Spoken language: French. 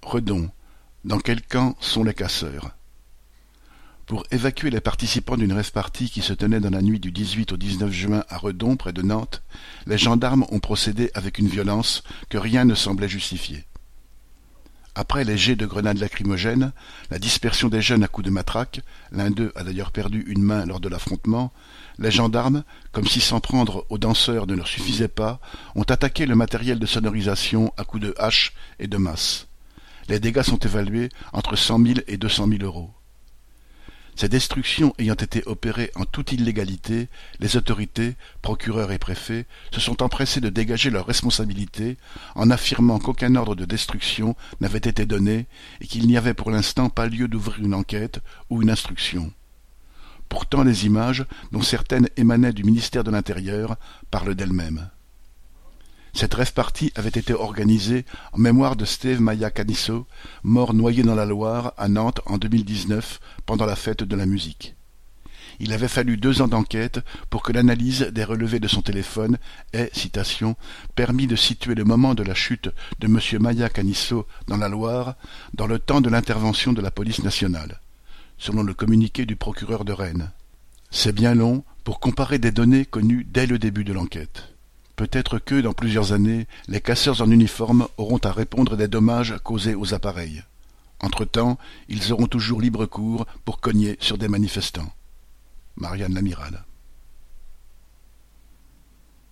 Redon. Dans quel camp sont les casseurs? Pour évacuer les participants d'une rave-party qui se tenait dans la nuit du 18 au 19 juin à Redon, près de Nantes, les gendarmes ont procédé avec une violence que rien ne semblait justifier. Après les jets de grenades lacrymogènes, la dispersion des jeunes à coups de matraque, l'un d'eux a d'ailleurs perdu une main lors de l'affrontement, les gendarmes, comme si s'en prendre aux danseurs ne leur suffisait pas, ont attaqué le matériel de sonorisation à coups de hache et de masse. Les dégâts sont évalués entre 100 000 et 200 000 euros. Ces destructions ayant été opérées en toute illégalité, les autorités, procureurs et préfets, se sont empressés de dégager leurs responsabilités en affirmant qu'aucun ordre de destruction n'avait été donné et qu'il n'y avait pour l'instant pas lieu d'ouvrir une enquête ou une instruction. Pourtant les images, dont certaines émanaient du ministère de l'Intérieur, parlent d'elles-mêmes. Cette rave-party avait été organisée en mémoire de Steve Maia Caniço, mort noyé dans la Loire à Nantes en 2019 pendant la fête de la musique. Il avait fallu 2 ans d'enquête pour que l'analyse des relevés de son téléphone ait, citation, permis de situer le moment de la chute de M. Maia Caniço dans la Loire dans le temps de l'intervention de la police nationale, selon le communiqué du procureur de Rennes. C'est bien long pour comparer des données connues dès le début de l'enquête. Peut-être que, dans plusieurs années, les casseurs en uniforme auront à répondre des dommages causés aux appareils. Entre-temps, ils auront toujours libre cours pour cogner sur des manifestants. Marianne Lamiral.